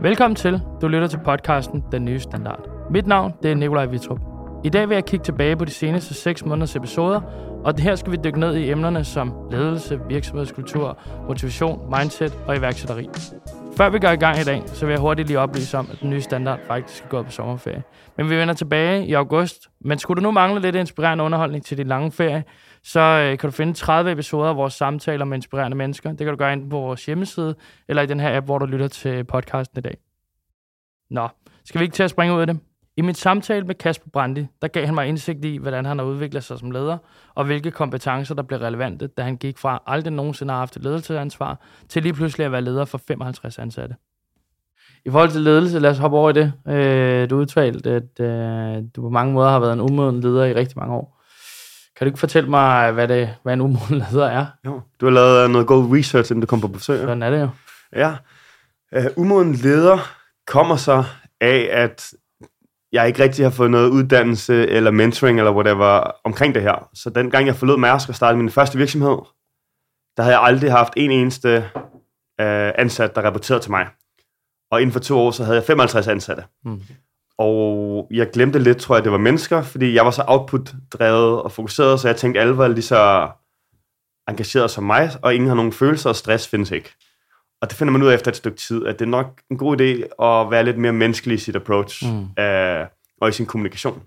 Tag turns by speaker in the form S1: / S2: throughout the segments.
S1: Velkommen til. Du lytter til podcasten Den Nye Standard. Mit navn, det er Nikolaj Wittrup. I dag vil jeg kigge tilbage på de seneste 6 måneders episoder, og her skal vi dykke ned i emnerne som ledelse, virksomhedskultur, motivation, mindset og iværksætteri. Før vi går i gang i dag, så vil jeg hurtigt lige oplyse om, at Den Nye Standard faktisk skal gå på sommerferie. Men vi vender tilbage i august. Men skulle du nu mangle lidt inspirerende underholdning til din lange ferie, så kan du finde 30 episoder af vores samtaler med inspirerende mennesker. Det kan du gøre enten på vores hjemmeside, eller i den her app, hvor du lytter til podcasten i dag. Nå, skal vi ikke til at springe ud af det? I mit samtale med Kasper Brandi, der gav han mig indsigt i, hvordan han har udviklet sig som leder, og hvilke kompetencer, der blev relevante, da han gik fra aldrig nogensinde har haft et ledelsesansvar, til lige pludselig at være leder for 55 ansatte. I forhold til ledelse, lad os hoppe over i det. Du udtalte, at du på mange måder har været en umoden leder i rigtig mange år. Kan du ikke fortælle mig, hvad en umoden leder er?
S2: Jo, du har lavet noget god research, inden du kom på besøg.
S1: Sådan er det jo.
S2: Ja. Umoden leder kommer så af, at jeg ikke rigtig har fået noget uddannelse eller mentoring eller whatever omkring det her. Så den gang jeg forlod Mærsk og startede min første virksomhed, der havde jeg aldrig haft en eneste ansat, der rapporterede til mig. Og inden for 2 år, så havde jeg 55 ansatte. Og jeg glemte lidt, tror jeg, det var mennesker, fordi jeg var så output-drevet og fokuseret, så jeg tænkte, alle var lige så engageret som mig, og ingen har nogen følelser, og stress findes ikke. Og det finder man ud af efter et stykke tid, at det er nok en god idé at være lidt mere menneskelig i sit approach og i sin kommunikation.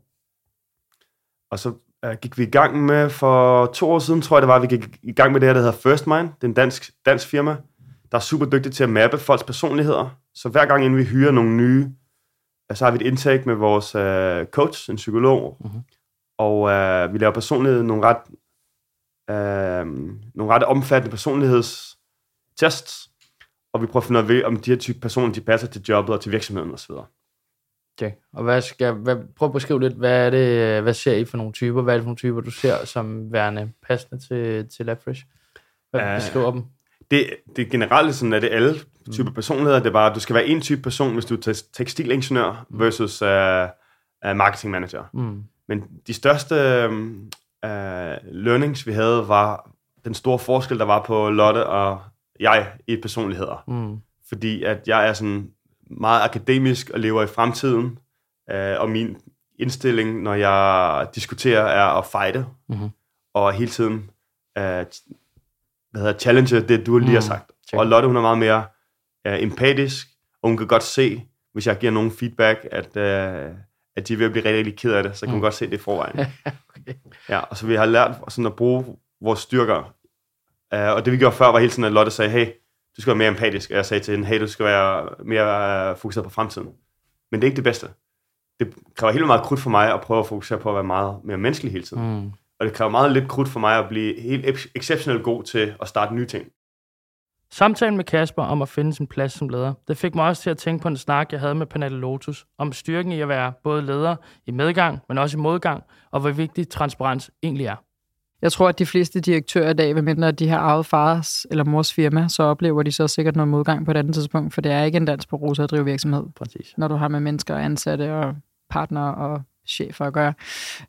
S2: Og så gik vi i gang med, for 2 år siden, tror jeg det var, vi gik i gang med det her, der hedder First Mind. Det er en dansk firma, der er super dygtig til at mappe folks personligheder. Så hver gang, inden vi hyrer nogle nye, så har vi et intake med vores coach, en psykolog, og vi laver personlighed, nogle ret omfattende personlighedstests, og vi prøver at finde ud af, om de her type personer, de passer til jobbet og til virksomheden osv.
S1: Okay. Og prøv at beskrive lidt, hvad ser I for nogle typer? Hvad er det for nogle typer, du ser som værende passende til LabFresh? Hvad beskriver dem?
S2: Det generelt sådan, at det alle typer personligheder. Det er bare, at du skal være en type person, hvis du er tekstilingeniør versus marketing manager. Men de største learnings, vi havde, var den store forskel, der var på Lotte og jeg i personligheder. Fordi at jeg er sådan meget akademisk og lever i fremtiden, og min indstilling, når jeg diskuterer, er at fighte, og hele tiden challenge det, du lige har sagt. Og Lotte, hun er meget mere empatisk, og hun kan godt se, hvis jeg giver nogen feedback, at de er ved at blive rigtig ked af det, så kan hun godt se det i forvejen.
S1: Okay.
S2: Ja, og så vi har lært sådan at bruge vores styrker. Og det vi gjorde før, var hele tiden, at Lotte sagde, hey, du skal være mere empatisk. Og jeg sagde til hende, hey, du skal være mere fokuseret på fremtiden. Men det er ikke det bedste. Det kræver helt meget krudt for mig at prøve at fokusere på at være meget mere menneskelig hele tiden. Og det kræver meget lidt krudt for mig at blive helt exceptionelt god til at starte nye ting.
S1: Samtalen med Kasper om at finde sin plads som leder, det fik mig også til at tænke på en snak, jeg havde med Pernille Lotus, om styrken i at være både leder i medgang, men også i modgang, og hvor vigtig transparens egentlig er.
S3: Jeg tror, at de fleste direktører i dag, medmindre de har arvet fars eller mors firma, så oplever de så sikkert noget modgang på et andet tidspunkt, for det er ikke en dans på roser at drive virksomhed.
S1: Præcis.
S3: Når du har med mennesker, ansatte og partnere og chefer at gøre.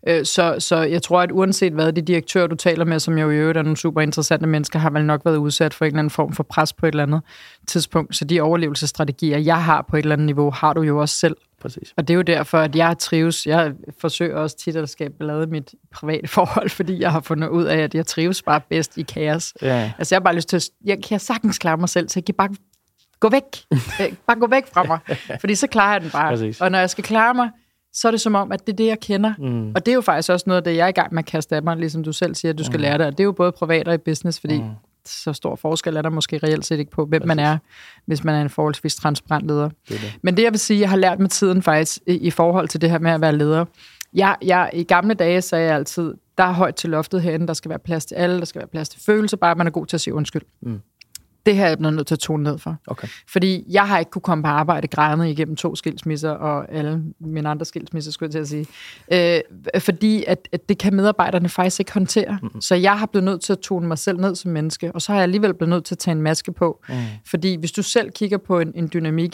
S3: Så jeg tror, at uanset hvad de direktører, du taler med, som jo i øvrigt er nogle super interessante mennesker, har vel nok været udsat for en eller anden form for pres på et eller andet tidspunkt. Så de overlevelsesstrategier, jeg har på et eller andet niveau, har du jo også selv.
S1: Præcis.
S3: Og det er jo derfor, at jeg trives. Jeg forsøger også tit at skabe ballade i mit private forhold, fordi jeg har fundet ud af, at jeg trives bare bedst i kaos.
S1: Ja.
S3: Altså jeg har bare lyst til at... Jeg kan sagtens klare mig selv, så jeg kan bare gå væk. Bare gå væk fra mig. Fordi så klarer jeg den bare.
S1: Præcis.
S3: Og når jeg skal klare mig, så er det som om, at det er det, jeg kender. Og det er jo faktisk også noget af det, jeg er i gang med at kaste af mig, ligesom du selv siger, at du skal lære det. Og det er jo både privat og i business, fordi så stor forskel er der måske reelt set ikke på, hvem man er, hvis man er en forholdsvis transparent leder. Det. Men det, jeg vil sige, jeg har lært med tiden faktisk, i forhold til det her med at være leder. Jeg i gamle dage sagde jeg altid, der er højt til loftet herinde, der skal være plads til alle, der skal være plads til følelser, bare man er god til at sige undskyld. Det her er jeg blevet nødt til at tone ned for.
S1: Okay.
S3: Fordi jeg har ikke kunne komme på arbejde grædende igennem 2 skilsmisser, og alle mine andre skilsmisser, skulle jeg til at sige. Fordi at det kan medarbejderne faktisk ikke håndtere. Så jeg har blevet nødt til at tone mig selv ned som menneske, og så har jeg alligevel blevet nødt til at tage en maske på. Fordi hvis du selv kigger på en dynamik i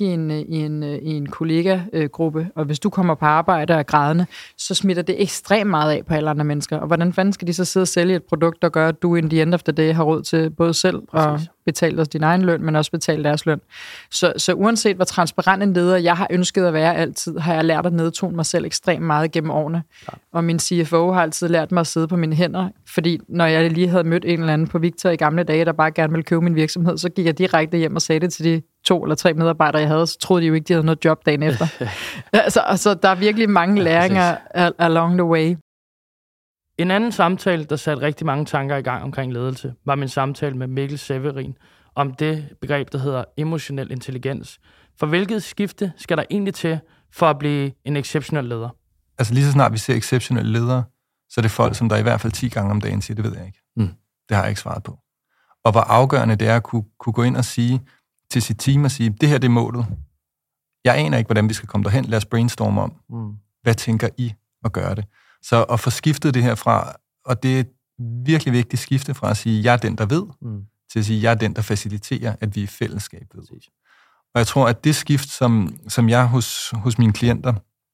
S3: en kollega-gruppe, og hvis du kommer på arbejde og er grædende, så smitter det ekstremt meget af på alle andre mennesker. Og hvordan fanden skal de så sidde og sælge et produkt, der gør, at du in the end of the day har råd til både selv og betale os din egen løn, men også betale deres løn. Så uanset hvor transparent en leder jeg har ønsket at være altid, har jeg lært at nedtone mig selv ekstremt meget gennem årene. Ja. Og min CFO har altid lært mig at sidde på mine hænder, fordi når jeg lige havde mødt en eller anden på Victor i gamle dage, der bare gerne ville købe min virksomhed, så gik jeg direkte hjem og sagde det til de 2 eller 3 medarbejdere, jeg havde, så troede de jo ikke, de havde noget job dagen efter. altså, der er virkelig mange læringer along the way.
S1: En anden samtale, der satte rigtig mange tanker i gang omkring ledelse, var min samtale med Mikkel Severin om det begreb, der hedder emotionel intelligens. For hvilket skifte skal der egentlig til for at blive en exceptionel leder?
S4: Altså lige så snart vi ser exceptionelle ledere, så er det folk, som der i hvert fald 10 gange om dagen siger, det ved jeg ikke. Det har jeg ikke svaret på. Og hvor afgørende det er at kunne gå ind og sige til sit team og sige, det her det er målet. Jeg aner ikke, hvordan vi skal komme derhen. Lad os brainstorme om. Hvad tænker I at gøre det? Så at få skiftet det her fra, og det er et virkelig vigtigt skifte fra at sige, jeg er den, der ved, til at sige, jeg er den, der faciliterer, at vi i fællesskab ved. Og jeg tror, at det skift, som jeg hos mine klienter,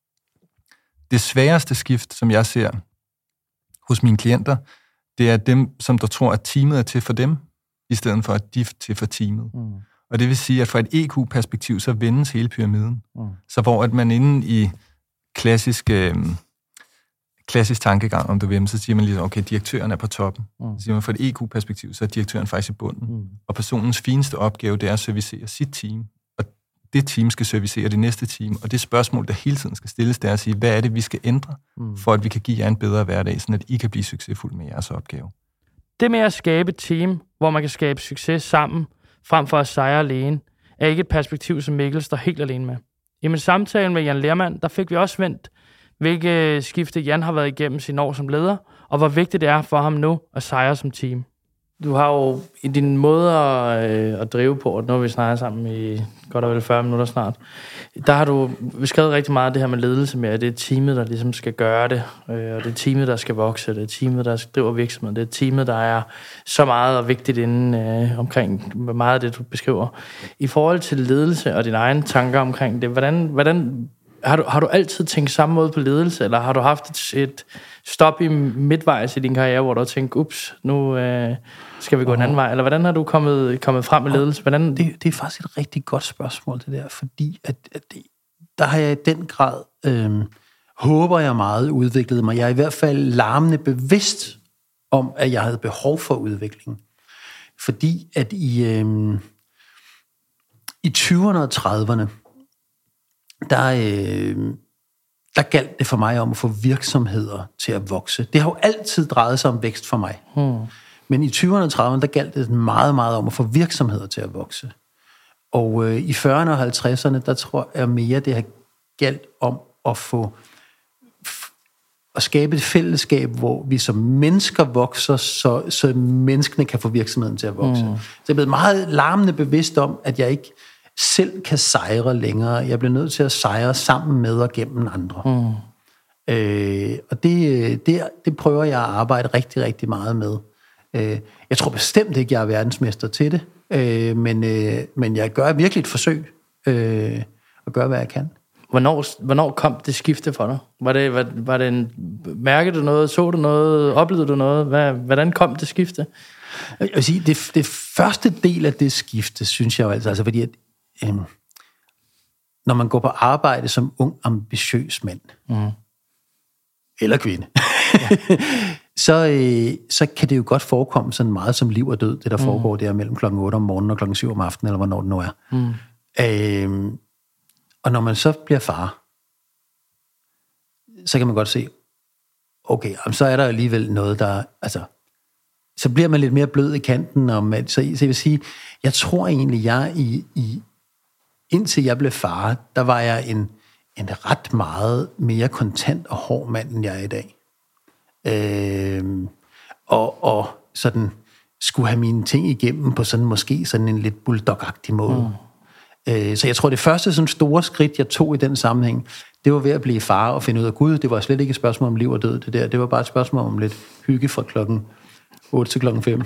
S4: det sværeste skift, som jeg ser hos mine klienter, det er dem, som der tror, at teamet er til for dem, i stedet for, at de er til for teamet. Og det vil sige, at fra et EQ-perspektiv, så vendes hele pyramiden. Så hvor at man inde i klassisk tankegang, om du vil, så siger man lige, okay, direktøren er på toppen. Så siger man, fra et EQ-perspektiv, så er direktøren faktisk i bunden. Og personens fineste opgave, det er at servicere sit team. Og det team skal servicere det næste team. Og det spørgsmål, der hele tiden skal stilles, det er at sige, hvad er det, vi skal ændre, for at vi kan give jer en bedre hverdag, så at I kan blive succesfulde med jeres opgave.
S1: Det med at skabe et team, hvor man kan skabe succes sammen, frem for at sejre alene, er ikke et perspektiv, som Mikkel står helt alene med. I min samtale med Jan Lermand, der fik vi også vendt, hvilke skifte Jan har været igennem sine år som leder, og hvor vigtigt det er for ham nu at sejre som team. Du har jo i din måde at drive på, og nu har vi snakket sammen i godt og vel 40 minutter snart, der har du beskrevet rigtig meget det her med ledelse med, at det er teamet, der ligesom skal gøre det, og det er teamet, der skal vokse, det er teamet, der driver virksomheden, det er teamet, der er så meget og vigtigt inden omkring meget af det, du beskriver. I forhold til ledelse og dine egne tanker omkring det, hvordan har du altid tænkt samme måde på ledelse, eller har du haft et stop i midtvejs i din karriere, hvor du har tænkt, ups, nu skal vi gå en anden vej, eller hvordan har du kommet frem med ledelse? Hvordan?
S5: Det er faktisk et rigtig godt spørgsmål, det der, fordi at der har jeg i den grad, håber jeg meget, udviklet mig. Jeg er i hvert fald larmende bevidst om, at jeg havde behov for udvikling. Fordi at i 20'erne og 30'erne, der galt det for mig om at få virksomheder til at vokse. Det har jo altid drejet sig om vækst for mig. Men i 20'erne og 30'erne, der galt det meget, meget om at få virksomheder til at vokse. Og i 40'erne og 50'erne, der tror jeg mere, det har galt om at skabe et fællesskab, hvor vi som mennesker vokser, så menneskene kan få virksomheden til at vokse. Så jeg er blevet meget larmende bevidst om, at jeg ikke selv kan sejre længere. Jeg bliver nødt til at sejre sammen med og gennem andre. Og det prøver jeg at arbejde rigtig, rigtig meget med. Jeg tror bestemt ikke, jeg er verdensmester til det, men jeg gør virkelig et forsøg at gøre, hvad jeg kan.
S1: Hvornår kom det skifte for dig? Var det mærkede du noget, så du noget, oplevede du noget? Hvordan kom det skifte?
S5: Jeg vil sige, det første del af det skifte, synes jeg jo altså fordi at når man går på arbejde som ung, ambitiøs mand, eller kvinde, så kan det jo godt forekomme sådan meget som liv og død, det der foregår der mellem klokken 8 om morgenen og klokken 7 om aftenen, eller hvornår det nu er. Og når man så bliver far, så kan man godt se, okay, så er der alligevel noget, der, altså, så bliver man lidt mere blød i kanten. Så jeg vil sige, jeg tror egentlig, indtil jeg blev far, der var jeg en ret meget mere kontant og hård mand, end jeg er i dag. Og sådan skulle have mine ting igennem på sådan måske sådan en lidt bulldog-agtig måde. Så jeg tror, det første sådan store skridt, jeg tog i den sammenhæng, det var ved at blive far og finde ud af Gud. Det var slet ikke et spørgsmål om liv og død, det der. Det var bare et spørgsmål om lidt hygge fra klokken 8 til klokken 5.
S1: Det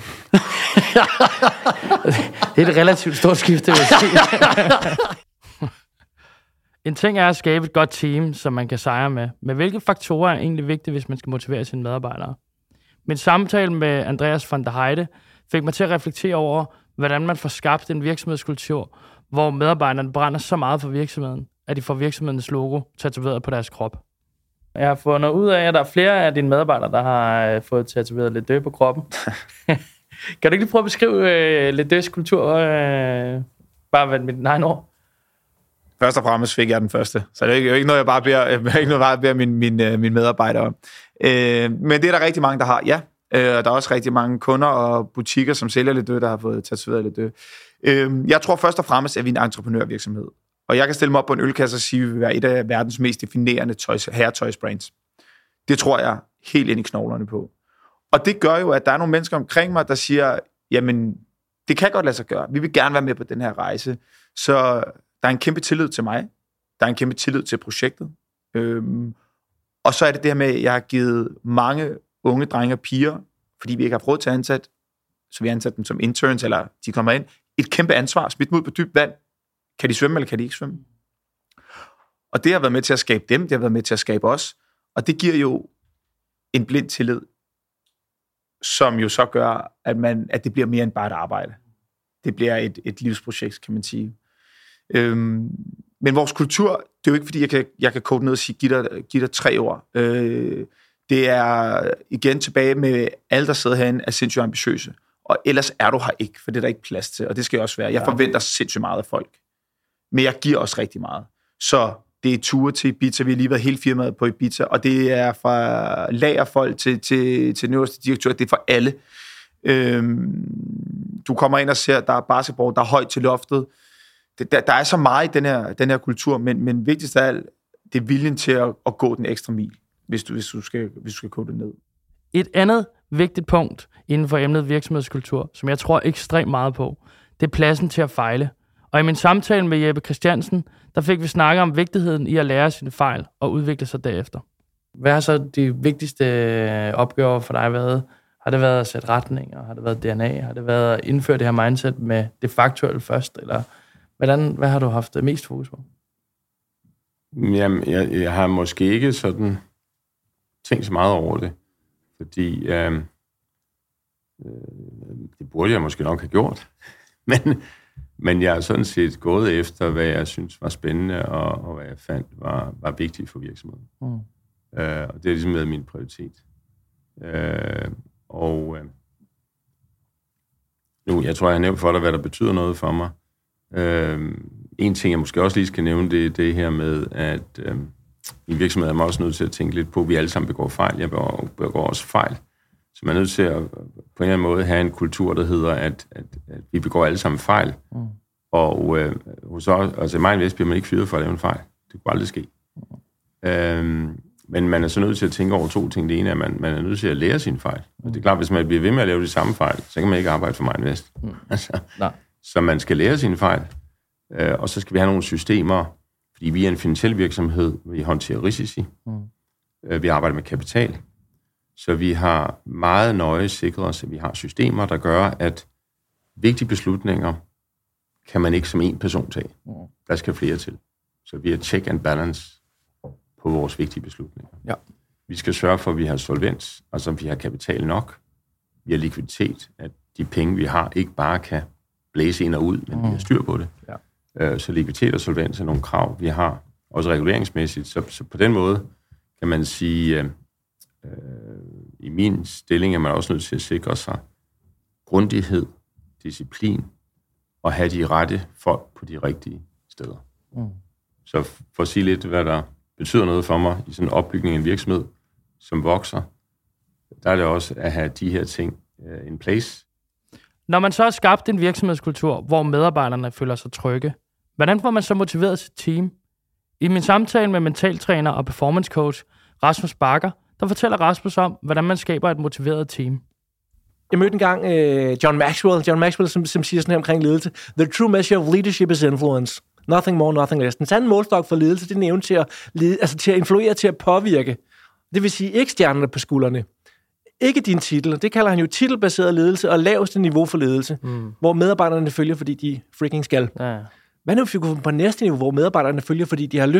S1: er et relativt stort skifte, vil jeg sige. En ting er at skabe et godt team, som man kan sejre med. Men hvilke faktorer er egentlig vigtige, hvis man skal motivere sine medarbejdere? Min samtale med Andreas van der Heide fik mig til at reflektere over, hvordan man får skabt en virksomhedskultur, hvor medarbejderne brænder så meget for virksomheden, at de får virksomhedens logo tatoveret på deres krop. Jeg har fundet ud af, at der er flere af dine medarbejdere, der har fået tatoveret Le Deux på kroppen. Kan du ikke lige prøve at beskrive Le Deux kultur, bare med din egen ord?
S6: Først og fremmest fik jeg den første, så det er jo ikke noget, jeg bare beder mine medarbejdere om. Men det er der rigtig mange, der har, ja. Der er også rigtig mange kunder og butikker, som sælger Le Deux, der har fået tatoveret Le Deux. Jeg tror først og fremmest, at vi er en entreprenørvirksomhed. Og jeg kan stille mig op på en ølkasse og sige, at vi vil være et af verdens mest definerende herretøjsbrands. Det tror jeg helt ind i knoglerne på. Og det gør jo, at der er nogle mennesker omkring mig, der siger, jamen, det kan godt lade sig gøre. Vi vil gerne være med på den her rejse. Så der er en kæmpe tillid til mig. Der er en kæmpe tillid til projektet. Og så er det her med, at jeg har givet mange unge drenge og piger, fordi vi ikke har råd til at ansætte, så vi har ansat dem som interns, eller de kommer ind, et kæmpe ansvar, smidt dem ud på dybt vand. Kan de svømme, eller kan de ikke svømme? Og det har været med til at skabe dem, det har været med til at skabe os, og det giver jo en blind tillid, som jo så gør, at det bliver mere end bare et arbejde. Det bliver et livsprojekt, kan man sige. Men vores kultur, det er jo ikke, fordi jeg kan kode ned og sige, giv dig 3 ord. Det er igen tilbage med alle, der sidder herinde, er sindssygt ambitiøse. Og ellers er du her ikke, for det er der ikke plads til, og det skal jeg også være. Jeg forventer sindssygt meget af folk. Men jeg giver også rigtig meget. Så det er ture til Ibiza. Vi har lige været hele firmaet på Ibiza, og det er fra lagerfolk til øverste direktør. Det er for alle. Du kommer ind og ser, der er basketball, der er højt til loftet. Der er så meget i den her kultur, men vigtigst af alt, det er viljen til at gå den ekstra mil, hvis du skal kode det ned.
S1: Et andet vigtigt punkt inden for emnet virksomhedskultur, som jeg tror ekstremt meget på, det er pladsen til at fejle. Og i min samtale med Jeppe Christiansen, der fik vi snakket om vigtigheden i at lære sine fejl og udvikle sig derefter. Hvad har så de vigtigste opgaver for dig været? Har det været at sætte retninger? Har det været DNA? Har det været at indføre det her mindset med det faktuelle først? Eller hvad har du haft mest fokus på?
S7: Jamen, jeg har måske ikke sådan tænkt så meget over det. Fordi det burde jeg måske nok have gjort. Men jeg er sådan set gået efter, hvad jeg synes var spændende, og hvad jeg fandt var vigtigt for virksomheden. Og det er ligesom været min prioritet. Nu, jeg tror, jeg har nævnt for dig, hvad der betyder noget for mig. En ting, jeg måske også lige skal nævne, det er det her med, at i virksomheden er man også nødt til at tænke lidt på, at vi alle sammen begår fejl. Jeg begår også fejl. Så man er nødt til at på en eller anden måde have en kultur, der hedder, at vi begår alle sammen fejl. Og hos os, altså i mig Invest bliver man ikke fyret for at lave en fejl. Det kunne aldrig ske. Men man er så nødt til at tænke over 2 ting. Det ene er, at man er nødt til at lære sine fejl. Og det er klart, hvis man bliver ved med at lave de samme fejl, så kan man ikke arbejde for mig Invest. Så man skal lære sine fejl. Og så skal vi have nogle systemer, fordi vi er en finansiel virksomhed, vi håndterer risici. Vi arbejder med kapital. Så vi har meget nøje sikret os, at vi har systemer, der gør, at vigtige beslutninger kan man ikke som en person tage. Der skal flere til. Så vi har check and balance på vores vigtige beslutninger. Ja. Vi skal sørge for, at vi har solvens, altså vi har kapital nok. Vi har likviditet, at de penge, vi har, ikke bare kan blæse ind og ud, men vi har styr på det. Ja. Så likviditet og solvens er nogle krav, vi har, også reguleringsmæssigt. Så på den måde kan man sige, i min stilling er man også nødt til at sikre sig grundighed, disciplin og have de rette folk på de rigtige steder. Så for at sige lidt, hvad der betyder noget for mig i sådan en opbygning af en virksomhed, som vokser, der er det også at have de her ting in place.
S1: Når man så har skabt en virksomhedskultur, hvor medarbejderne føler sig trygge, hvordan får man så motiveret sit team? I min samtale med mentaltræner og performance coach Rasmus Bakker, der fortæller Rasmus om, hvordan man skaber et motiveret team.
S8: Jeg mødte engang John Maxwell, som siger sådan her omkring ledelse. The true measure of leadership is influence. Nothing more, nothing less. Den sande målstok for ledelse, det er en evne til at lede, altså til at influere, til at påvirke. Det vil sige ikke stjernerne på skuldrene. Ikke din titel. Det kalder han jo titelbaseret ledelse og laveste niveau for ledelse, hvor medarbejderne følger, fordi de freaking skal. Ja. Hvad nu, hvis vi går på næste niveau, hvor medarbejderne følger, fordi de har lyst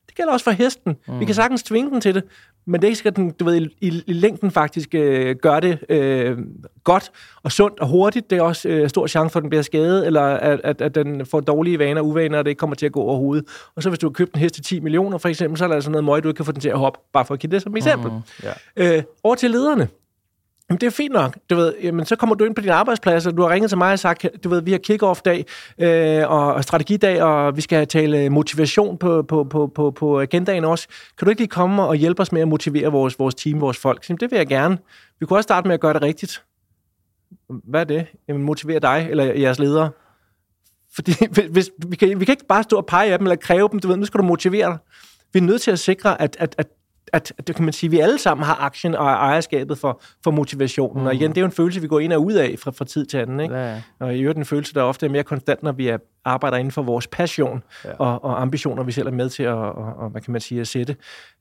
S8: Det gælder også for hesten. Vi kan sagtens tvinge den til det, men det er ikke sikkert, den, du ved, i længden faktisk gør det godt og sundt og hurtigt. Det er også stor chance for, at den bliver skadet, eller at den får dårlige vaner og uvaner, og det ikke kommer til at gå over hovedet. Og så hvis du har købt en hest til 10 millioner, for eksempel, så er der altså noget møg, du ikke kan få den til at hoppe, bare for at give det som eksempel. Over til lederne. Jamen, det er fint nok, du ved, jamen, så kommer du ind på din arbejdsplads, og du har ringet til mig og sagt, du ved, vi har kick-off-dag og strategidag, og vi skal tale motivation på agendaen også. Kan du ikke lige komme og hjælpe os med at motivere vores team, vores folk? Jamen, det vil jeg gerne. Vi kunne også starte med at gøre det rigtigt. Hvad er det? Jamen, motivere dig eller jeres ledere. Fordi hvis, vi kan ikke bare stå og pege af dem eller kræve dem, du ved, nu skal du motivere dig. Vi er nødt til at sikre, at det kan man sige, vi alle sammen har aktien og ejerskabet for motivationen. Og igen, det er jo en følelse, vi går ind og ud af fra tid til anden. Ikke? Ja. Og i øvrigt en følelse, der ofte er mere konstant, når vi arbejder inden for vores passion og ambitioner, vi selv er med til at hvad kan man sige, at sætte.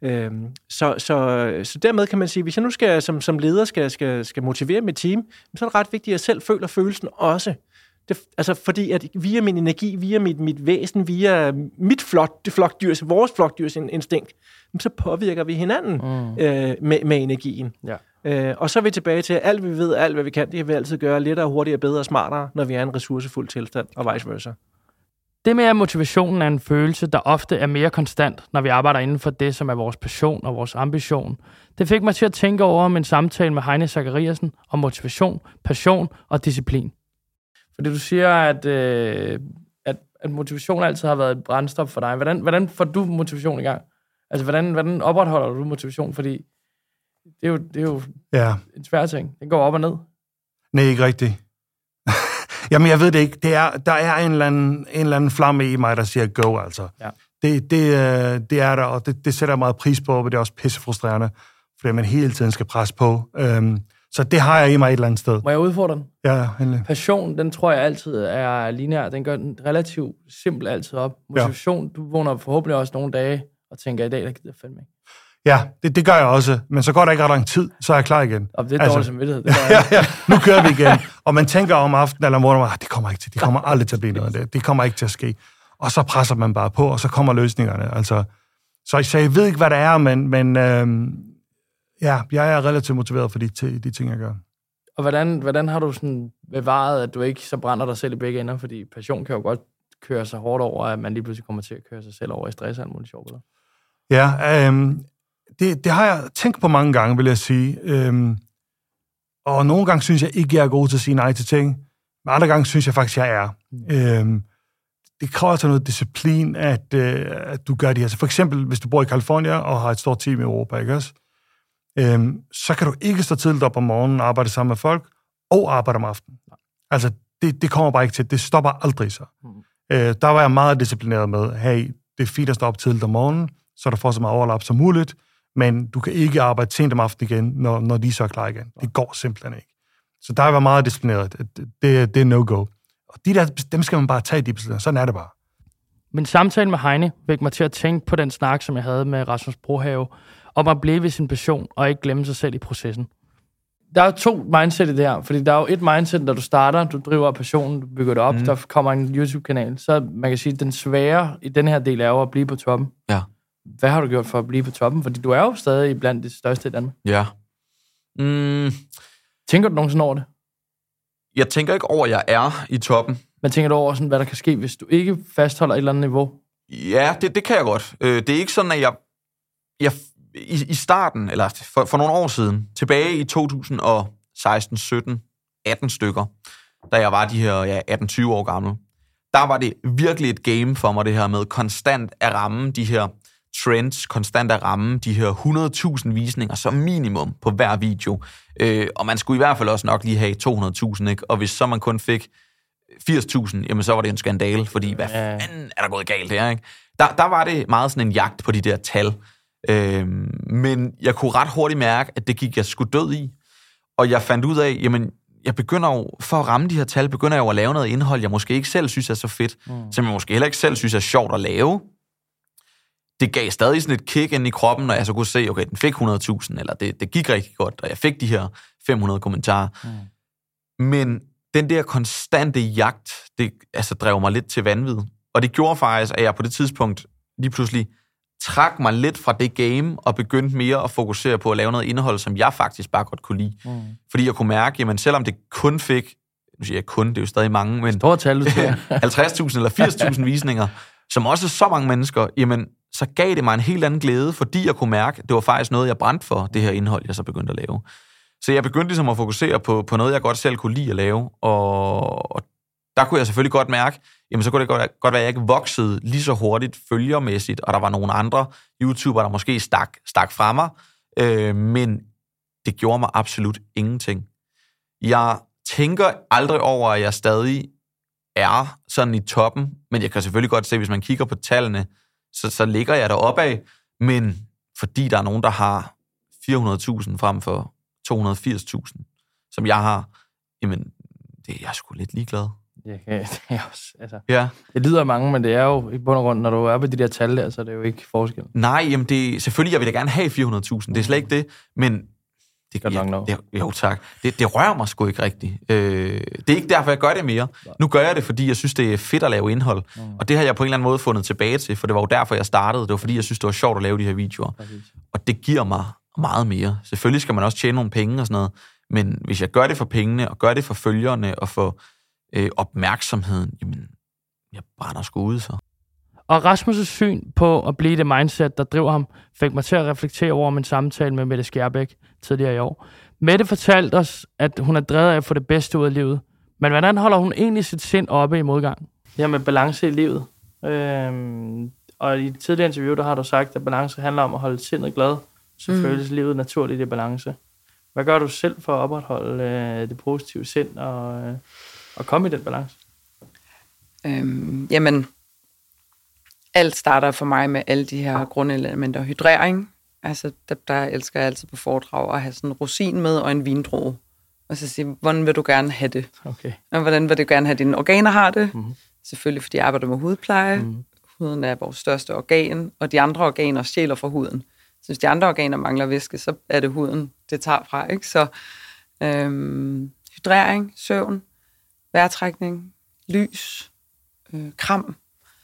S8: Så dermed kan man sige, hvis jeg nu skal som leder skal motivere mit team, så er det ret vigtigt, at jeg selv føler følelsen også. Altså fordi at via min energi, via mit væsen, via vores flokdyrs instinkt, så påvirker vi hinanden med energien. Ja. Og så er vi tilbage til, at alt vi ved, alt hvad vi kan, det kan vi altid gøre lettere, hurtigere, bedre og smartere, når vi er i en ressourcefuld tilstand, og vice versa.
S1: Det med, at motivationen er en følelse, der ofte er mere konstant, når vi arbejder inden for det, som er vores passion og vores ambition. Det fik mig til at tænke over en samtale med Heine Zachariasen om motivation, passion og disciplin. Fordi du siger, at motivation altid har været et brændstof for dig. Hvordan får du motivation i gang? Altså, hvordan opretholder du motivation? Fordi det er jo en svær ting. Den går op og ned.
S9: Nej, ikke rigtigt. Jamen, jeg ved det ikke. Der er en eller anden flamme i mig, der siger go, altså. Ja. Det er der, og det sætter jeg meget pris på, og det er også pissefrustrerende, fordi man hele tiden skal presse på. Så det har jeg i mig et eller andet sted.
S1: Må jeg udfordre den?
S9: Ja, endelig.
S1: Passion, den tror jeg altid er lineær. Den gør den relativt simpelt altid op. Motivation, du vågner forhåbentlig også nogle dage og tænker, i dag, der gider jeg fandme ikke.
S9: Ja, det gør jeg også. Men så går der ikke ret lang tid, så er jeg klar igen.
S1: Og det er dårligt samvittighed.
S9: Nu kører vi igen. Og man tænker om aftenen eller om morgenen, det kommer ikke til. Det kommer aldrig til at blive noget af det. Det kommer ikke til at ske. Og så presser man bare på, og så kommer løsningerne. Altså, så jeg ved ikke, hvad det er, men jeg er relativt motiveret for de ting, jeg gør.
S1: Og hvordan har du sådan bevaret, at du ikke så brænder dig selv i begge ender? Fordi passion kan jo godt køre sig hårdt over, at man lige pludselig kommer til at køre sig selv over i stress og alt muligt sjovt.
S9: Ja, det har jeg tænkt på mange gange, vil jeg sige. Og nogle gange synes jeg ikke, jeg er god til at sige nej til ting. Men andre gange synes jeg faktisk, jeg er. Det kræver altså noget disciplin, at du gør det her. Så for eksempel, hvis du bor i California og har et stort team i Europa, ikke også? Så kan du ikke stå tidligt op om morgenen og arbejde sammen med folk, og arbejde om aftenen. Altså, det kommer bare ikke til. Det stopper aldrig så. Der var jeg meget disciplineret med, hey, det er fint at stå op tidligt om morgenen, så der får så meget overlap som muligt, men du kan ikke arbejde sent om aftenen igen, når de så er klar igen. Det går simpelthen ikke. Så der var meget disciplineret. Det er no-go. Og dem skal man bare tage i de beslutninger. Sådan er det bare.
S1: Min samtale med Heine fik mig til at tænke på den snak, som jeg havde med Rasmus Brohave, om at blive ved sin passion og ikke glemme sig selv i processen. Der er jo 2 mindset i det her, fordi der er jo et mindset, når du starter, du driver passionen, du bygger det op, der kommer en YouTube-kanal, så man kan sige, at den svære i den her del er jo at blive på toppen.
S10: Ja.
S1: Hvad har du gjort for at blive på toppen? Fordi du er jo stadig blandt de største i Danmark.
S10: Ja.
S1: Tænker du nogensinde over det?
S10: Jeg tænker ikke over, at jeg er i toppen.
S1: Men tænker du over, sådan, hvad der kan ske, hvis du ikke fastholder et eller andet niveau?
S10: Ja, det kan jeg godt. Det er ikke sådan, at jeg i starten, eller for nogle år siden, tilbage i 2016, 17, 18 stykker, da jeg var de her 18-20 år gammel, der var det virkelig et game for mig, det her med konstant at ramme de her trends, konstant at ramme de her 100.000 visninger som minimum på hver video. Og man skulle i hvert fald også nok lige have 200.000, ikke? Og hvis så man kun fik 80.000, jamen så var det en skandale, fordi hvad fanden er der gået galt her, ikke? Der var det meget sådan en jagt på de der tal. Men jeg kunne ret hurtigt mærke, at det gik jeg sgu død i. Og jeg fandt ud af, jamen, jeg begynder jo, for at ramme de her tal, begynder jeg jo at lave noget indhold, jeg måske ikke selv synes er så fedt, som jeg måske heller ikke selv synes er sjovt at lave. Det gav stadig sådan et kick ind i kroppen, når jeg så kunne se, okay, den fik 100.000, eller det gik rigtig godt, og jeg fik de her 500 kommentarer. Men den der konstante jagt, det drev mig lidt til vanvid. Og det gjorde faktisk, at jeg på det tidspunkt lige pludselig trak mig lidt fra det game, og begyndte mere at fokusere på at lave noget indhold, som jeg faktisk bare godt kunne lide. Fordi jeg kunne mærke, jamen selvom det kun fik, nu siger jeg kun, det er jo stadig mange, men 50.000 eller 80.000 visninger, som også er så mange mennesker, jamen så gav det mig en helt anden glæde, fordi jeg kunne mærke, det var faktisk noget, jeg brændte for, det her indhold, jeg så begyndte at lave. Så jeg begyndte ligesom at fokusere på noget, jeg godt selv kunne lide at lave, og der kunne jeg selvfølgelig godt mærke, jamen så kunne det godt være, at jeg ikke voksede lige så hurtigt følgermæssigt, og der var nogle andre YouTubere, der måske stak fra mig, men det gjorde mig absolut ingenting. Jeg tænker aldrig over, at jeg stadig er sådan i toppen, men jeg kan selvfølgelig godt se, hvis man kigger på tallene, så ligger jeg deroppe af, men fordi der er nogen, der har 400.000 frem for 280.000, som jeg har, jamen, det er jeg sgu lidt ligeglad.
S1: Det er også, altså, ja. Det lyder mange, men det er jo i bund og grund, når du er på de der tal der, så er det jo ikke forskel.
S10: Nej, jamen selvfølgelig, jeg vil da gerne have 400.000, det er slet ikke det, men jo tak, det rører mig sgu ikke rigtigt. Det er ikke derfor, jeg gør det mere. Nu gør jeg det, fordi jeg synes, det er fedt at lave indhold, og det har jeg på en eller anden måde fundet tilbage til, for det var jo derfor, jeg startede. Det var fordi, jeg synes, det var sjovt at lave de her videoer. Og det giver mig meget mere. Selvfølgelig skal man også tjene nogle penge og sådan noget, men hvis jeg gør det for pengene, og gør det for følgerne, og for opmærksomheden, jamen, jeg brænder sgu ud så.
S1: Og Rasmus' syn på at blive det mindset, der driver ham, fik mig til at reflektere over min samtale med Mette Skjærbæk tidligere i år. Mette fortalte os, at hun er drevet af at få det bedste ud af livet. Men hvordan holder hun egentlig sit sind oppe i modgang? Det her med balance i livet. Og i et tidligere interview, der har du sagt, at balance handler om at holde sindet glad. Så føles livet naturligt i balance. Hvad gør du selv for at opretholde det positive sind og komme i den balance?
S3: Jamen, alt starter for mig med alle de her grundelementer. Hydrering, altså der elsker jeg altid på foredrag at have sådan en rosin med og en vindrue. Og så sige, hvordan vil du gerne have det? Okay. Og hvordan vil du gerne have, at dine organer har det? Selvfølgelig, fordi jeg arbejder med hudpleje. Huden er vores største organ, og de andre organer stjæler fra huden. Så hvis de andre organer mangler væske, så er det huden, det tager fra. Ikke? Så hydrering, søvn, vejrtrækning, lys, kram,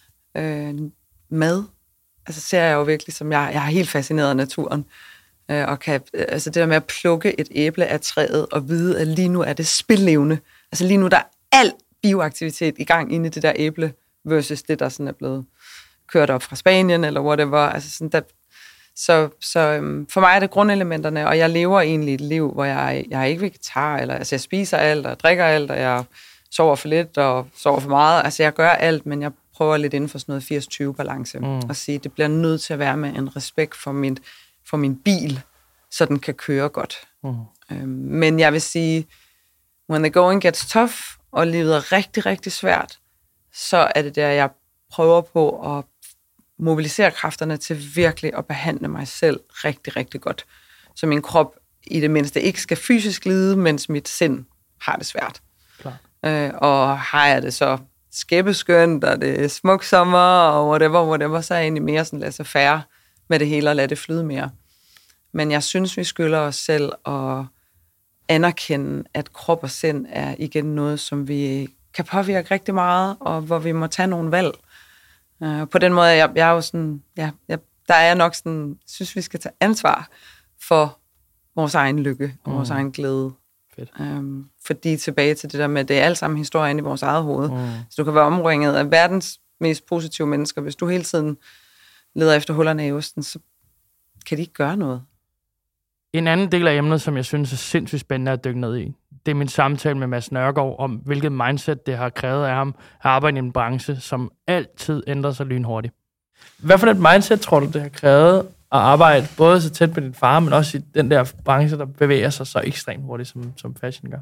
S3: mad. Altså ser jeg jo virkelig som jeg er helt fascineret af naturen. Og kan, altså det der med at plukke et æble af træet og vide, at lige nu er det spillevende. Altså lige nu der er al bioaktivitet i gang inde i det der æble, versus det, der sådan er blevet kørt op fra Spanien eller whatever. Altså sådan der, så for mig er det grundelementerne, og jeg lever egentlig et liv, hvor jeg er ikke vegetar, eller altså jeg spiser alt, og drikker alt, og jeg sover for lidt, og sover for meget. Altså jeg gør alt, men jeg prøver lidt inden for sådan noget 80-20 balance, og sige, det bliver nødt til at være med en respekt for min bil, så den kan køre godt. Men jeg vil sige, when the going gets tough, og livet er rigtig, rigtig svært, så er det der, jeg prøver på at mobilisere kræfterne til virkelig at behandle mig selv rigtig, rigtig godt. Så min krop i det mindste ikke skal fysisk lide, mens mit sind har det svært. Og har jeg det så skæbbeskønt, og det er smuk sommer, og whatever, så er jeg egentlig mere sådan, lad sig færre med det hele, og lad det flyde mere. Men jeg synes, vi skylder os selv at anerkende, at krop og sind er igen noget, som vi kan påvirke rigtig meget, og hvor vi må tage nogle valg. På den måde, jeg er jo sådan, der er jeg nok sådan, synes vi skal tage ansvar for vores egen lykke og vores egen glæde. Fordi tilbage til det der med, det er alt sammen historien i vores eget hoved. Så du kan være omringet af verdens mest positive mennesker. Hvis du hele tiden leder efter hullerne i osten, så kan de ikke gøre noget.
S1: En anden del af emnet, som jeg synes er sindssygt spændende at dykke ned i, det er min samtale med Mads Nørgaard om, hvilket mindset det har krævet af ham at arbejde i en branche, som altid ændrer sig lynhurtigt. Hvad for et mindset tror du, det har krævet at arbejde både så tæt på din far, men også i den der branche, der bevæger sig så ekstremt hurtigt, som fashion gør?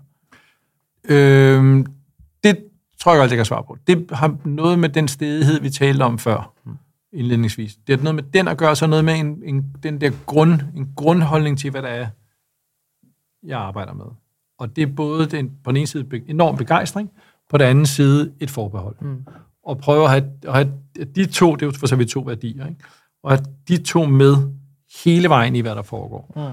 S11: Det tror jeg godt, jeg kan svare på. Det har noget med den stedighed, vi talte om før, indledningsvis. Det har noget med den at gøre, så noget med den der grundholdning til, hvad der er, jeg arbejder med. Og det er både på den ene side enorm begejstring, på den anden side et forbehold. Og prøve at have de to, det er jo for så vidt to værdier, ikke? Og have de to med hele vejen i, hvad der foregår.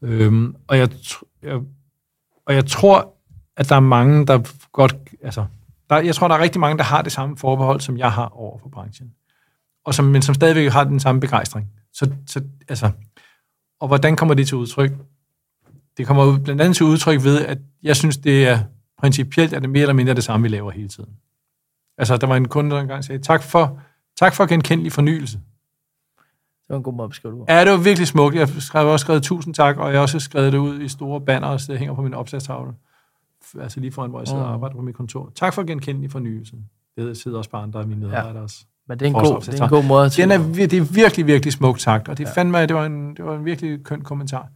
S11: Og jeg tror, at der er mange, der godt... Altså, jeg tror, der er rigtig mange, der har det samme forbehold, som jeg har over for branchen. men som stadigvæk har den samme begejstring. Altså, og hvordan kommer det til udtryk? Det kommer blandt andet til udtryk ved, at jeg synes, det er principielt, at det mere eller mindre det samme, vi laver hele tiden. Altså, der var en kunde, der engang sagde, tak for genkendelig fornyelse.
S1: Det var en god måde at beskrive det.
S11: Ja, det var virkelig smukt. Jeg har også skrevet 1000 tak, og jeg har også skrevet det ud i store banner, så det hænger på min opslagstavle. Altså lige foran, hvor jeg sidder og arbejder på mit kontor. Tak for genkendelig fornyelse. Det sidder også bare andre af mine medarbejdere også.
S1: Men det er en god måde til.
S11: Det er virkelig, virkelig smukt sagt, og det fandme, det var en virkelig køn kommentar.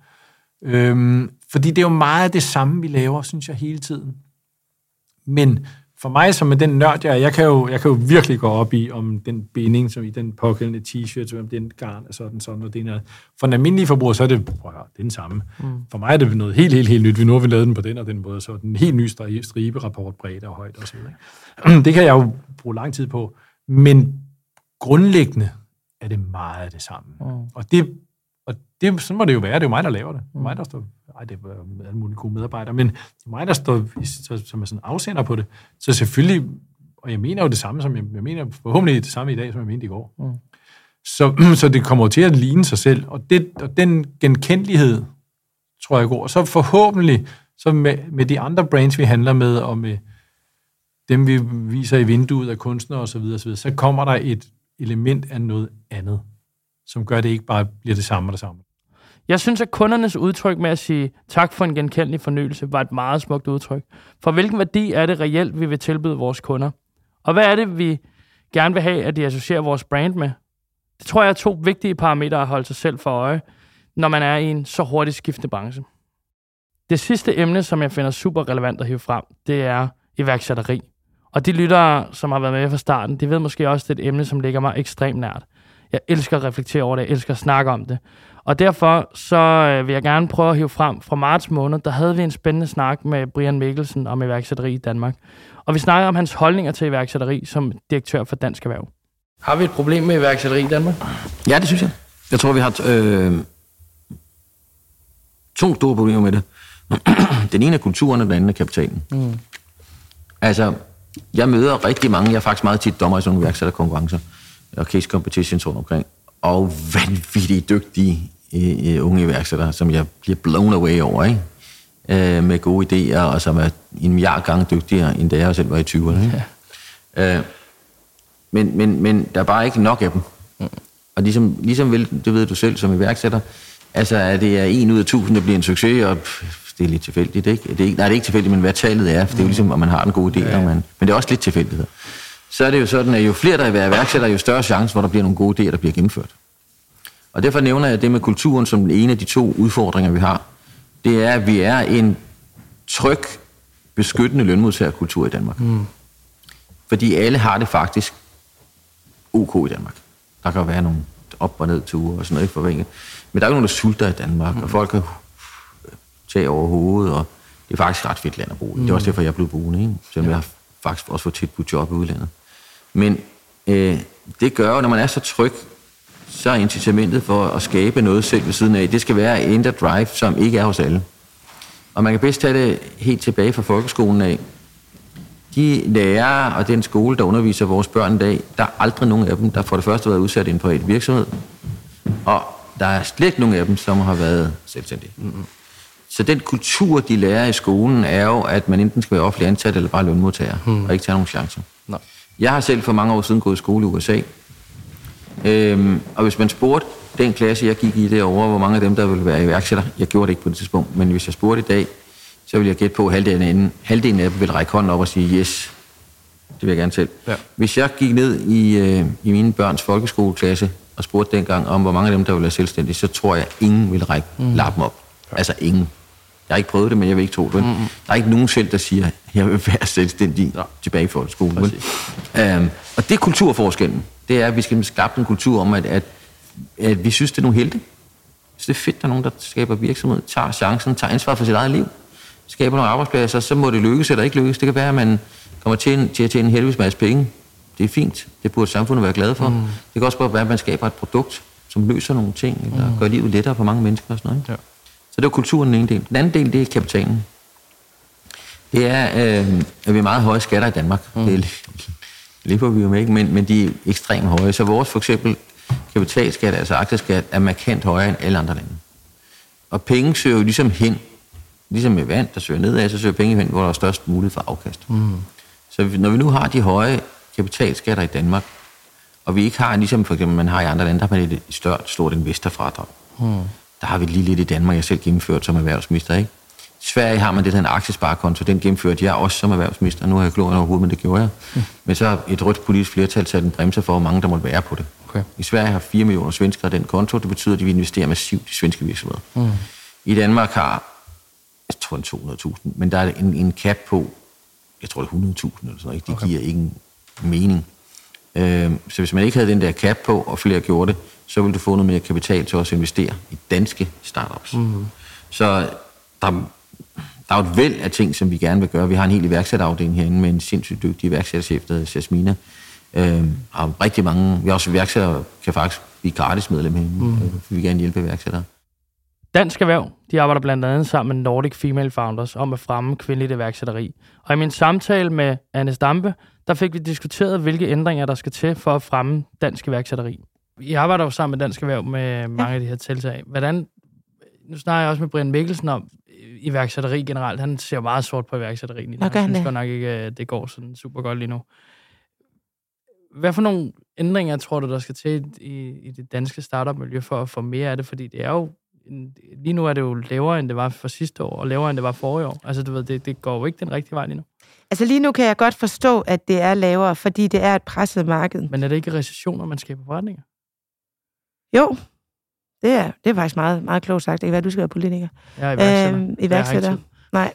S11: Fordi det er jo meget af det samme, vi laver, synes jeg, hele tiden. Men for mig, som er den nørd, jeg kan jo virkelig gå op i, om den binding, som i den pågældende t-shirt, om den garn er sådan, og det er. For en almindelig forbruger, så er det den samme. For mig er det noget helt nyt. Nu har vi lavet den på den og den måde, så den helt ny striberapport, bredde og højde og så videre. Det kan jeg jo bruge lang tid på. Men grundlæggende er det meget det samme. Og det, sådan må det jo være. Det er jo mig, der laver det. Det er mig, der står... det er alle mulige gode medarbejdere, men det er mig, der står som er sådan afsender på det. Så selvfølgelig, og jeg mener jo det samme, som jeg mener forhåbentlig det samme i dag, som jeg mente i går. Så det kommer til at ligne sig selv, og den genkendelighed, tror jeg går. Og så forhåbentlig, så med de andre brands, vi handler med, og med dem, vi viser i vinduet af kunstnere osv., så kommer der et element af noget andet, som gør det ikke bare bliver det samme og det samme.
S1: Jeg synes, at kundernes udtryk med at sige tak for en genkendelig fornyelse var et meget smukt udtryk. For hvilken værdi er det reelt, vi vil tilbyde vores kunder? Og hvad er det, vi gerne vil have, at de associerer vores brand med? Det tror jeg er 2 vigtige parametre at holde sig selv for øje, når man er i en så hurtigt skiftende branche. Det sidste emne, som jeg finder super relevant at hive frem, det er iværksætteri. Og de lyttere, som har været med fra starten, de ved måske også, det er et emne, som ligger mig ekstremt nært. Jeg elsker at reflektere over det, jeg elsker at snakke om det. Og derfor så vil jeg gerne prøve at hive frem. Fra marts måned, der havde vi en spændende snak med Brian Mikkelsen om iværksætteri i Danmark. Og vi snakkede om hans holdninger til iværksætteri som direktør for Dansk Erhverv. Har vi et problem med iværksætteri i Danmark?
S12: Ja, det synes jeg. Jeg tror, vi har 2 store problemer med det. Den ene er kulturen, og den anden er kapitalen. Altså, jeg møder rigtig mange, jeg er faktisk meget tit dommer i sådan nogle iværksætterkonkurrencer og case competitions rundt omkring, og vanvittigt dygtige unge iværksættere, som jeg bliver blown away over, ikke? Med gode idéer, og som er 1 milliard gange dygtigere, end da jeg selv var i 20'erne. Ja. Men der er bare ikke nok af dem. Og ligesom vel, det ved du selv som iværksætter, altså at det er 1 ud af 1000, der bliver en succes, og det er lidt tilfældigt, ikke? Det er ikke tilfældigt, men hvad tallet er, for det er jo ligesom, om man har en god idé, men det er også lidt tilfældighed. Så er det jo sådan, at jo flere der er iværksættere, jo større chance, hvor der bliver nogle gode idéer, der bliver gennemført. Og derfor nævner jeg det med kulturen som den ene af de 2 udfordringer, vi har. Det er, at vi er en tryg, beskyttende lønmodtagerkultur i Danmark. Fordi alle har det faktisk ok i Danmark. Der kan være nogle op- og ned-ture og sådan noget, ikke forvænget. Men der er jo nogen, der sulter i Danmark, og folk kan tage over hovedet, og det er faktisk ret fedt land at bo i. Det er også derfor, jeg er blevet boende, ikke? Selvom jeg har faktisk også fået tilbudt job i udlandet. Men det gør jo, når man er så tryg, så er incitamentet for at skabe noget selv ved siden af, det skal være en der drive, som ikke er hos alle. Og man kan bedst tage det helt tilbage fra folkeskolen af. De lærere og den skole, der underviser vores børn i dag, der er aldrig nogen af dem, der for det første har været udsat i en privat virksomhed, og der er slet ikke nogen af dem, som har været selvstændige. Så den kultur, de lærer i skolen, er jo, at man enten skal være offentlig ansat eller bare lønmodtager, og ikke tage nogen chancer. Nej. Jeg har selv for mange år siden gået i skole i USA, og hvis man spurgte den klasse, jeg gik i derovre, hvor mange af dem, der ville være iværksætter, jeg gjorde det ikke på det tidspunkt, men hvis jeg spurgte i dag, så ville jeg gætte på, at halvdelen af dem ville række hånden op og sige, yes, det vil jeg gerne selv. Ja. Hvis jeg gik ned i mine børns folkeskoleklasse og spurgte dengang om, hvor mange af dem, der ville være selvstændige, så tror jeg, ingen ville række lappen op. Ja. Altså ingen. Jeg har ikke prøvet det, men jeg vil ikke tro det. Der er ikke nogen selv, der siger, at jeg vil være selvstændig tilbage i folkeskolen. Og det er kulturforskellen. Det er, at vi skal skabe en kultur om, at vi synes, det er nogle helte. Så det er fedt, at der er nogen, der skaber virksomhed, tager chancen, tager ansvar for sit eget liv, skaber nogle arbejdspladser, så må det lykkes eller ikke lykkes. Det kan være, at man kommer til at tjene en helvedes masse penge. Det er fint. Det burde samfundet være glad for. Det kan også bare være, at man skaber et produkt, som løser nogle ting, eller gør livet lettere for mange mennesker og sådan noget. Ja. Så det er kulturen den ene del. Den anden del, det er kapitalen. Det er, at vi er meget høje skatter i Danmark. Det lever vi jo med, ikke? Men de er ekstremt høje. Så vores for eksempel kapitalskat, altså aktieskat, er markant højere end alle andre lande. Og penge søger jo ligesom hen, ligesom med vand, der søger nedad, så søger penge hen, hvor der er størst mulighed for afkast. Så når vi nu har de høje kapitalskatter i Danmark, og vi ikke har, ligesom for eksempel man har i andre lande, der har man et stort investorfradrag. Der har vi lige lidt i Danmark, jeg selv gennemført som erhvervsminister, ikke? I Sverige har man det der en aktiesparekonto, den gennemførte jeg også som erhvervsminister. Nu har jeg klogt overhovedet, men det gjorde jeg. Men så har et rødt politisk flertal sat en bremse for, hvor mange der måtte være på det. Okay. I Sverige har 4 millioner svenskere den konto, det betyder, at de vil investere massivt i svenske virksomheder. I Danmark har, jeg tror det er 200.000, men der er en cap på, jeg tror det er 100.000 eller sådan noget, det giver ingen mening. Så hvis man ikke havde den der cap på, og flere gjorde det, så ville du få noget mere kapital til også at investere i danske startups. Så der er jo et væld af ting, som vi gerne vil gøre. Vi har en hel iværksætterafdeling herinde med en sindssygt dygtig iværksætterchef, der hedder Jasmina. Og rigtig mange, vi har også iværksættere, kan faktisk blive gratis medlem herinde, for vi gerne hjælpe iværksættere.
S1: Dansk Erhverv, de arbejder blandt andet sammen med Nordic Female Founders om at fremme kvindeligt iværksætteri. Og i min samtale med Anne Stampe, der fik vi diskuteret, hvilke ændringer der skal til for at fremme dansk iværksætteri. I arbejder jo sammen med Dansk Erhverv med mange af de her tiltag. Nu snakker jeg også med Brian Mikkelsen om iværksætteri generelt. Han ser meget sort på iværksætteri lige nu. Jeg synes godt nok ikke, det går sådan super godt lige nu. Hvad for nogle ændringer tror du, der skal til i det danske startup-miljø for at få mere af det? Fordi det er jo lige nu er det jo lavere, end det var for sidste år, og lavere, end det var forrige år. Altså, du ved, det går jo ikke den rigtige vej lige nu. Altså, lige nu kan jeg godt forstå, at det er lavere, fordi det er et presset marked. Men er det ikke recessioner, man skaber forretninger? Jo, det er faktisk meget, meget klogt sagt. Det kan være, du skal være politiker. Jeg er iværksætter. Nej.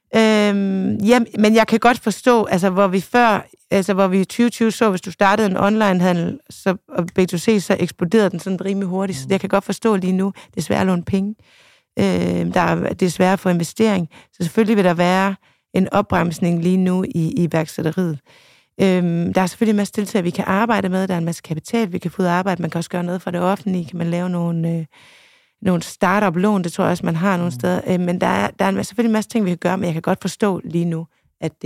S1: Men jeg kan godt forstå, altså, hvor vi i 2020 så, hvis du startede en onlinehandel, så, og B2C, så eksploderede den sådan rimelig hurtigt. Så jeg kan godt forstå lige nu, det er svært at låne penge. Det er svært at få investering. Så selvfølgelig vil der være en opbremsning lige nu i iværksætteriet. Der er selvfølgelig en masse tiltag, vi kan arbejde med. Der er en masse kapital, vi kan få ud af arbejde. Man kan også gøre noget for det offentlige. Kan man lave nogle startup-lån, det tror jeg også, man har nogle steder. Men der er selvfølgelig en masse ting, vi kan gøre, men jeg kan godt forstå lige nu, at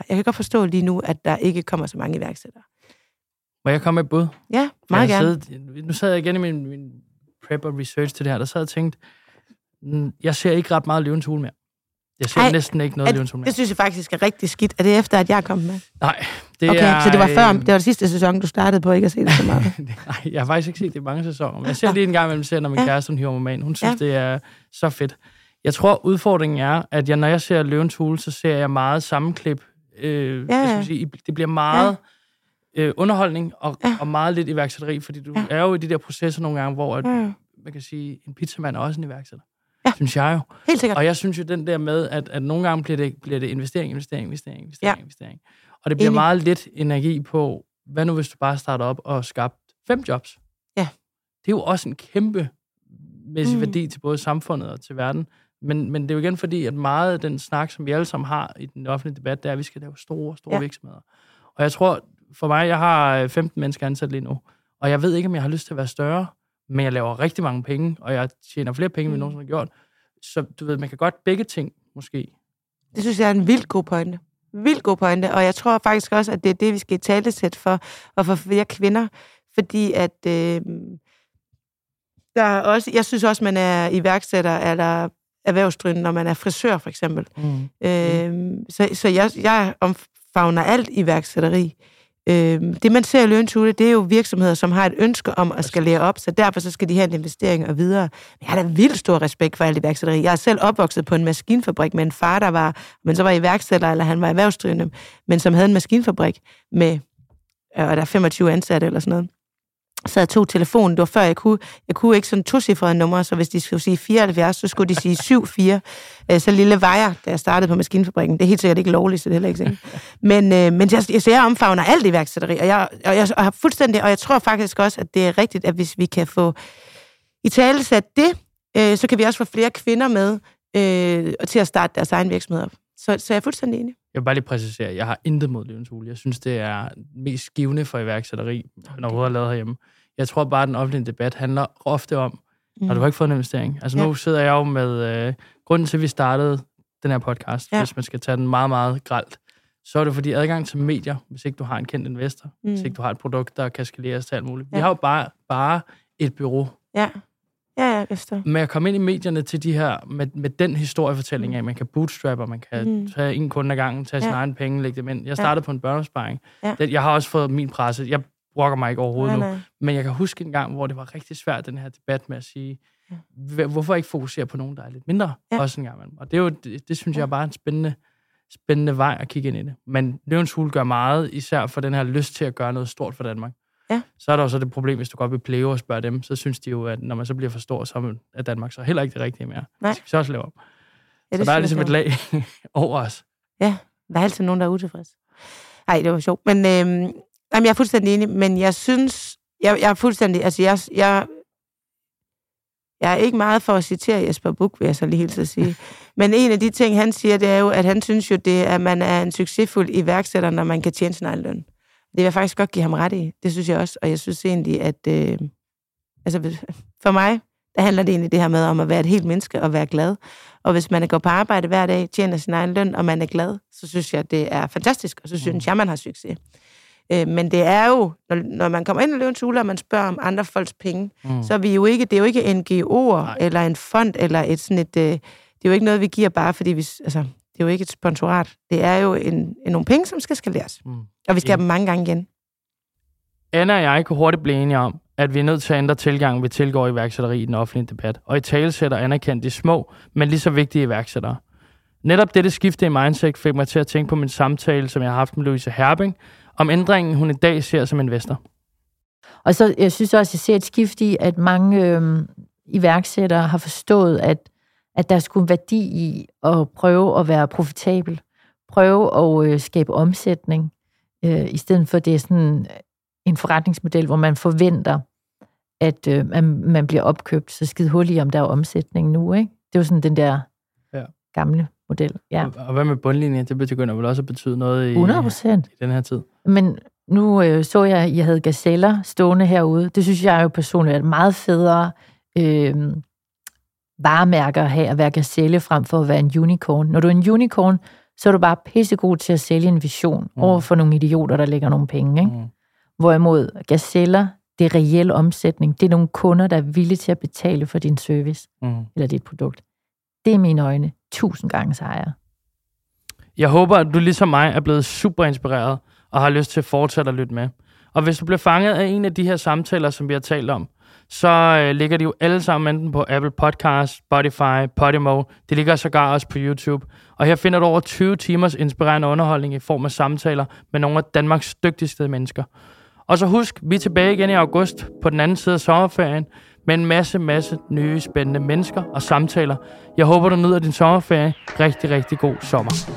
S1: der ikke kommer så mange iværksættere. Må jeg komme med et bud? Ja, meget gerne. Nu sad jeg igen i min prep og research til det her, der sad og tænkte, jeg ser ikke ret meget Løvens Hule mere. Jeg ser næsten ikke noget Løvens Hule mere. Det synes jeg faktisk er rigtig skidt. Er det efter, at jeg er kommet med? Nej. Så det var før, det var det sidste sæson, du startede på ikke at se det så meget? Nej, jeg har faktisk ikke set det i mange sæsoner. Men jeg ser lige en gang imellem, når min kæreste hun hiver mig med ind. Hun synes, det er så fedt. Jeg tror, udfordringen er, at når jeg ser Løvens Hule, så ser jeg meget sammenklip. Det bliver meget underholdning og meget lidt iværksætteri, fordi du er jo i de der processer nogle gange, hvor man kan sige, en pizzamand er også en iværksætter. Synes jeg jo. Helt sikkert. Og jeg synes jo, den der med, at nogle gange bliver det investering. Og det bliver meget lidt energi på, hvad nu hvis du bare starter op og skabt 5 jobs? Ja. Det er jo også en kæmpe mæssig værdi til både samfundet og til verden. Men det er jo igen fordi, at meget af den snak, som vi alle sammen har i den offentlige debat, det er, at vi skal lave store virksomheder. Og jeg tror, for mig, jeg har 15 mennesker ansat lige nu, og jeg ved ikke, om jeg har lyst til at være større, men jeg laver rigtig mange penge, og jeg tjener flere penge, end vi nogensinde har gjort. Så du ved, man kan godt begge ting, måske. Det synes jeg er en vildt god pointe. Og jeg tror faktisk også, at det er det, vi skal talesætte for, og for flere kvinder. Fordi at der er også, jeg synes også, man er iværksætter eller erhvervsdrivende, når man er frisør, for eksempel. Så jeg omfavner alt iværksætteri. Det, man ser i Løvens Hule, det er jo virksomheder, som har et ønske om at skalere op, så derfor så skal de have en investering og videre. Men jeg har da vildt stor respekt for alt iværksætteri. Jeg er selv opvokset på en maskinfabrik med en far, der var, men så var iværksætter, eller han var erhvervsdrivende, men som havde en maskinfabrik med, og der er 25 ansatte eller sådan noget. Så jeg tog telefonen, det var før jeg kunne ikke sådan 2-cifrede numre, så hvis de skulle sige 74, så skulle de sige 74. Så lille var jeg, da jeg startede på maskinfabrikken. Det er helt sikkert ikke lovligt, så det er heller ikke sikkert. Men jeg omfavner alt iværksætteri, og jeg har fuldstændig, og jeg tror faktisk også, at det er rigtigt, at hvis vi kan få i talesat det, så kan vi også få flere kvinder med til at starte deres egen virksomhed op. Så jeg er fuldstændig enig. Jeg vil bare lige præcisere, at jeg har intet mod Løvens Hule. Jeg synes, det er mest givende for iværksætteri, man overhovedet har lavet herhjemme. Jeg tror bare, at den offentlige debat handler ofte om, når du har ikke fået en investering. Altså nu sidder jeg jo med grunden til, at vi startede den her podcast, hvis man skal tage den meget, meget grelt. så er det fordi adgang til medier, hvis ikke du har en kendt investor, hvis ikke du har et produkt, der kan skaleres til alt muligt. Vi har jo bare et bureau.
S13: Ja, jeg forstår.
S1: Med at komme ind i medierne til de her, med den historiefortælling af, man kan bootstrappe, man kan tage en kunde ad gangen, tage sin egen penge, lægge dem ind. Jeg startede på en børneopsparing. Ja. Jeg har også fået min presse. Jeg brokker mig ikke overhovedet nu. Men jeg kan huske en gang, hvor det var rigtig svært, den her debat med at sige, hvorfor ikke fokusere på nogen, der er lidt mindre? Også en gang. Og det er jo, det synes jeg er bare en spændende vej at kigge ind i det. Men Løvens Hule gør meget, især for den her lyst til at gøre noget stort for Danmark. Ja. Så er der også det problem, hvis du godt vil pleve og spørge dem, så synes de jo, at når man så bliver for stor, så er Danmark så heller ikke det rigtige mere. Nej. Det skal vi så også lave om. Ja, så der er ligesom et lag over os.
S13: Ja, der er altid nogen, der er utilfredse. Nej, det var sjovt. Men jeg er fuldstændig enig, men jeg synes, jeg er fuldstændig, altså jeg er ikke meget for at citere Jesper Buch, vil jeg så lige helt at sige. Men en af de ting, han siger, det er jo, at han synes jo, at man er en succesfuld iværksætter, når man kan tjene sin egen løn. Det vil jeg faktisk godt give ham ret i. Det synes jeg også. Og jeg synes egentlig, at for mig, der handler det egentlig det her med om at være et helt menneske og være glad. Og hvis man går på arbejde hver dag, tjener sin egen løn, og man er glad, så synes jeg, det er fantastisk. Og så synes jeg, man har succes. Men det er jo, når man kommer ind i Løvens Hule, og man spørger om andre folks penge, så er vi jo ikke, det er jo ikke NGO'er, eller en fond, eller et sådan et, det er jo ikke noget, vi giver bare, fordi vi, altså, det er jo ikke et sponsorat. Det er jo nogle penge, som skal skaleres. Og vi skal have dem mange gange igen.
S1: Anna og jeg kunne hurtigt blive enige om, at vi er nødt til at ændre tilgangen, vi tilgår iværksætteri i den offentlige debat, og i talesætter anerkendt de små, men lige så vigtige iværksættere. Netop dette skifte i mindset fik mig til at tænke på min samtale, som jeg har haft med Louise Herbing, om ændringen, hun i dag ser som investor.
S14: Og så, jeg synes også, jeg ser et skift i, at mange iværksættere har forstået, at der skulle en værdi i at prøve at være profitabel, prøve at skabe omsætning, i stedet for det er sådan en forretningsmodel, hvor man forventer, at man bliver opkøbt, så skide hul i, om der er omsætning nu, ikke? Det er jo sådan den der gamle model. Ja.
S1: Og hvad med bundlinjen? Det begynder vel også at betyde noget i
S14: 100%.
S1: I den her tid.
S14: Men nu så jeg, at I havde gazeller stående herude. Det synes jeg jo personligt er et meget federe varemærker at have at være gazelle frem for at være en unicorn. Når du er en unicorn, så er du bare pissegod til at sælge en vision over for nogle idioter, der lægger nogle penge. Ikke? Hvorimod gazeller, det er reel omsætning. Det er nogle kunder, der er villige til at betale for din service eller dit produkt. Det er i mine øjne 1000 gange sejre.
S1: Jeg håber, at du ligesom mig er blevet super inspireret og har lyst til at fortsætte at lytte med. Og hvis du bliver fanget af en af de her samtaler, som vi har talt om, så ligger de jo alle sammen enten på Apple Podcasts, Spotify, Podimo. De ligger sågar også på YouTube. Og her finder du over 20 timers inspirerende underholdning i form af samtaler med nogle af Danmarks dygtigste mennesker. Og så husk, vi er tilbage igen i august på den anden side af sommerferien med en masse nye spændende mennesker og samtaler. Jeg håber, du nyder din sommerferie. Rigtig, rigtig god sommer.